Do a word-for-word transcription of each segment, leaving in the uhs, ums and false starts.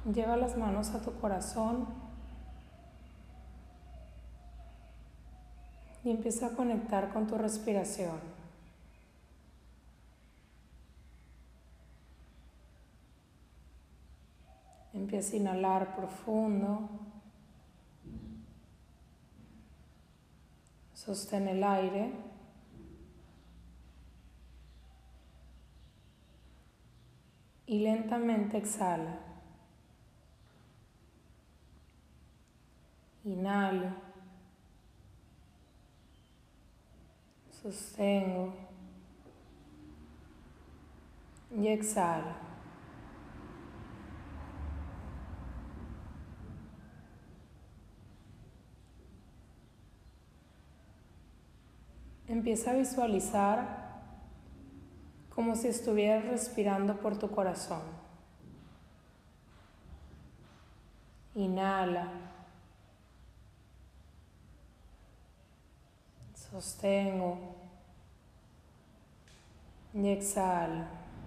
Lleva las manos a tu corazón y empieza a conectar con tu respiración. Empieza a inhalar profundo. Sostén el aire. Y lentamente exhala. Inhalo. Sostengo. Y exhalo. Empieza a visualizar como si estuvieras respirando por tu corazón. Inhala. Sostengo. Y exhalo.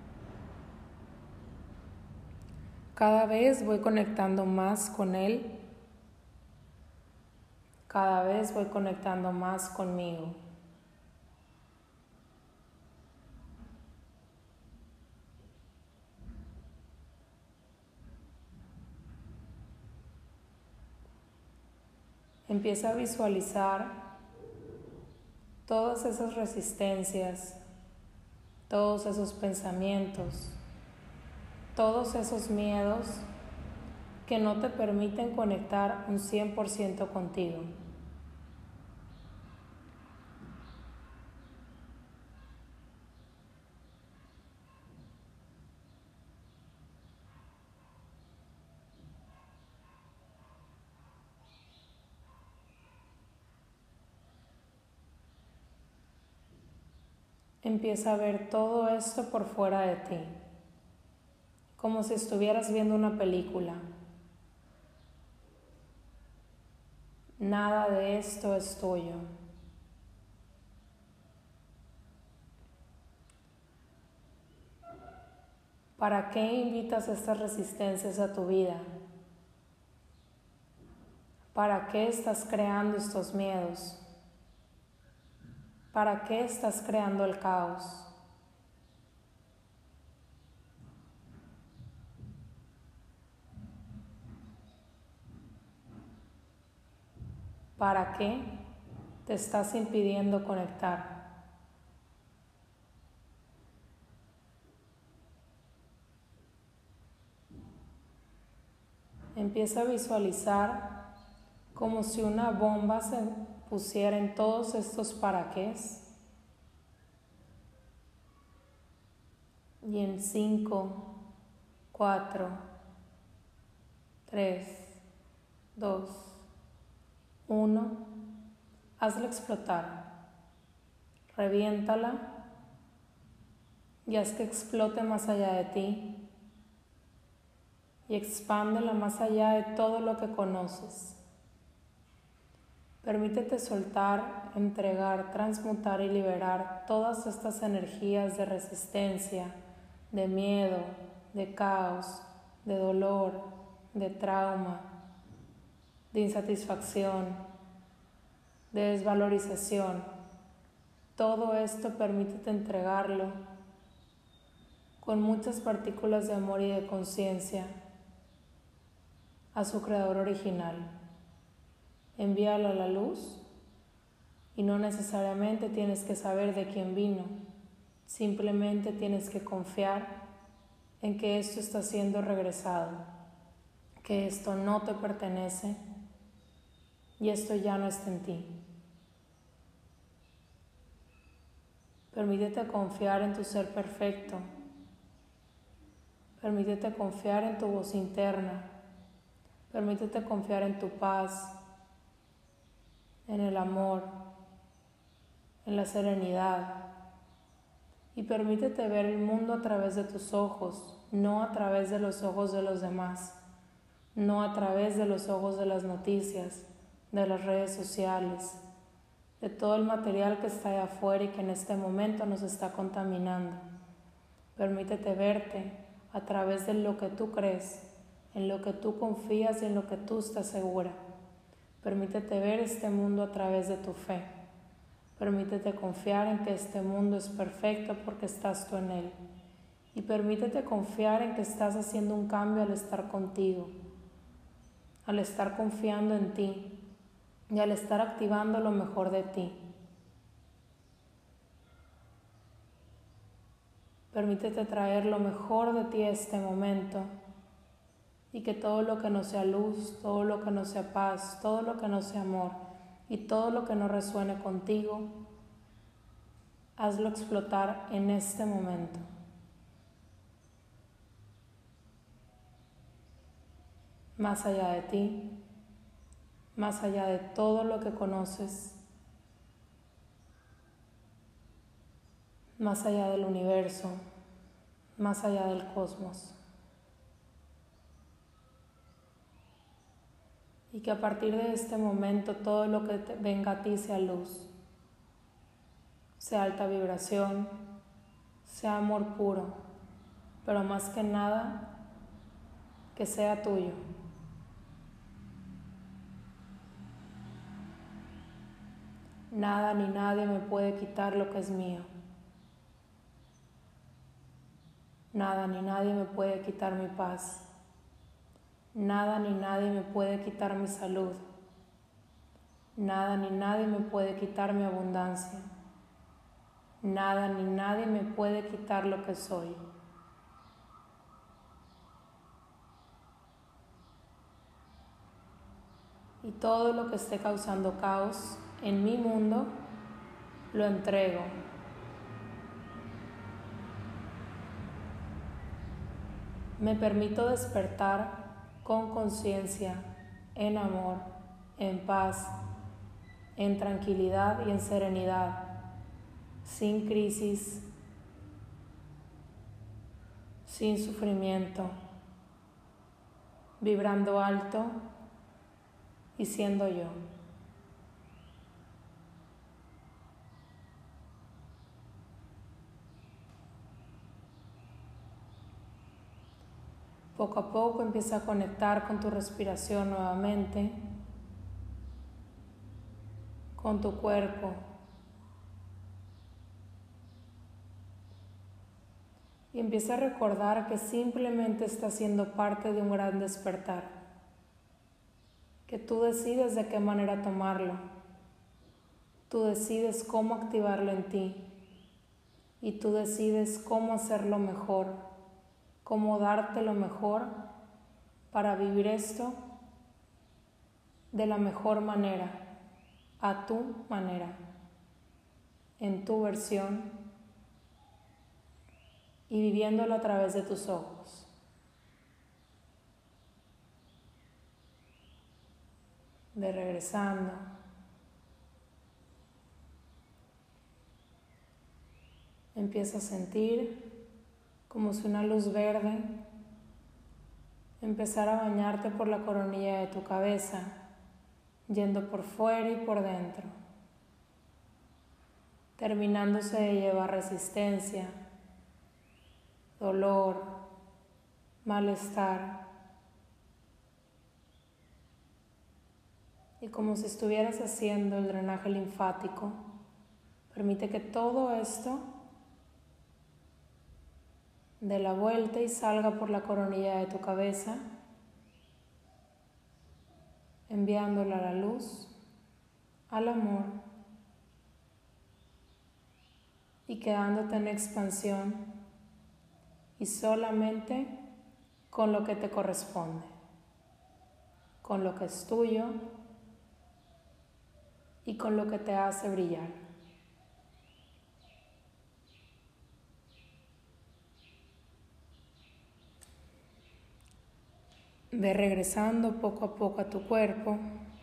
Cada vez voy conectando más con él. Cada vez voy conectando más conmigo. Empieza a visualizar todas esas resistencias, todos esos pensamientos, todos esos miedos que no te permiten conectar un cien por ciento contigo. Empieza a ver todo esto por fuera de ti, como si estuvieras viendo una película. Nada de esto es tuyo. ¿Para qué invitas estas resistencias a tu vida? ¿Para qué estás creando estos miedos? ¿Para qué estás creando el caos? ¿Para qué te estás impidiendo conectar? Empieza a visualizar como si una bomba se pusiera en todos estos para qués. Y en cinco, cuatro, tres, dos, uno, hazla explotar. Reviéntala y haz que explote más allá de ti. Y expándela más allá de todo lo que conoces. Permítete soltar, entregar, transmutar y liberar todas estas energías de resistencia, de miedo, de caos, de dolor, de trauma, de insatisfacción, de desvalorización. Todo esto permítete entregarlo con muchas partículas de amor y de conciencia a su creador original. Envíalo a la luz y no necesariamente tienes que saber de quién vino, simplemente tienes que confiar en que esto está siendo regresado, que esto no te pertenece y esto ya no está en ti. Permítete confiar en tu ser perfecto, permítete confiar en tu voz interna, permítete confiar en tu paz, en el amor, en la serenidad, y permítete ver el mundo a través de tus ojos, no a través de los ojos de los demás, no a través de los ojos de las noticias, de las redes sociales, de todo el material que está allá afuera y que en este momento nos está contaminando. Permítete verte a través de lo que tú crees, en lo que tú confías y en lo que tú estás segura. Permítete ver este mundo a través de tu fe. Permítete confiar en que este mundo es perfecto porque estás tú en él. Y permítete confiar en que estás haciendo un cambio al estar contigo, al estar confiando en ti y al estar activando lo mejor de ti. Permítete traer lo mejor de ti a este momento y que todo lo que no sea luz, todo lo que no sea paz, todo lo que no sea amor y todo lo que no resuene contigo, hazlo explotar en este momento. Más allá de ti, más allá de todo lo que conoces, más allá del universo, más allá del cosmos. Y que a partir de este momento todo lo que te venga a ti sea luz, sea alta vibración, sea amor puro, pero más que nada, que sea tuyo. Nada ni nadie me puede quitar lo que es mío. Nada ni nadie me puede quitar mi paz. Nada ni nadie me puede quitar mi salud. Nada ni nadie me puede quitar mi abundancia. Nada ni nadie me puede quitar lo que soy. Y todo lo que esté causando caos en mi mundo, lo entrego. Me permito despertar con conciencia, en amor, en paz, en tranquilidad y en serenidad, sin crisis, sin sufrimiento, vibrando alto y siendo yo. Poco a poco empieza a conectar con tu respiración nuevamente, con tu cuerpo. Y empieza a recordar que simplemente estás siendo parte de un gran despertar, que tú decides de qué manera tomarlo, tú decides cómo activarlo en ti y tú decides cómo hacerlo mejor, cómo darte lo mejor para vivir esto de la mejor manera, a tu manera, en tu versión y viviéndolo a través de tus ojos. Ve regresando. Empieza a sentir como si una luz verde empezara a bañarte por la coronilla de tu cabeza, yendo por fuera y por dentro, terminándose de llevar resistencia, dolor, malestar, y como si estuvieras haciendo el drenaje linfático, permite que todo esto dé la vuelta y salga por la coronilla de tu cabeza, enviándola a la luz, al amor y quedándote en expansión y solamente con lo que te corresponde, con lo que es tuyo y con lo que te hace brillar. Ve regresando poco a poco a tu cuerpo.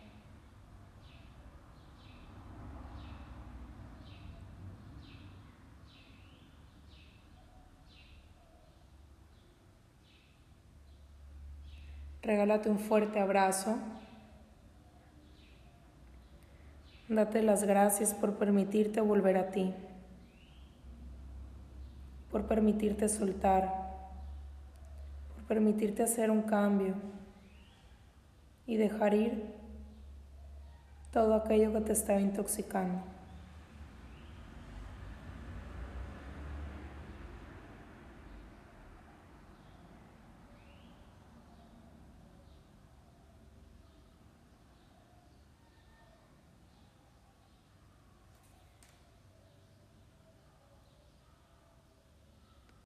Regálate un fuerte abrazo. Date las gracias por permitirte volver a ti, por permitirte soltar, por permitirte hacer un cambio y dejar ir todo aquello que te estaba intoxicando.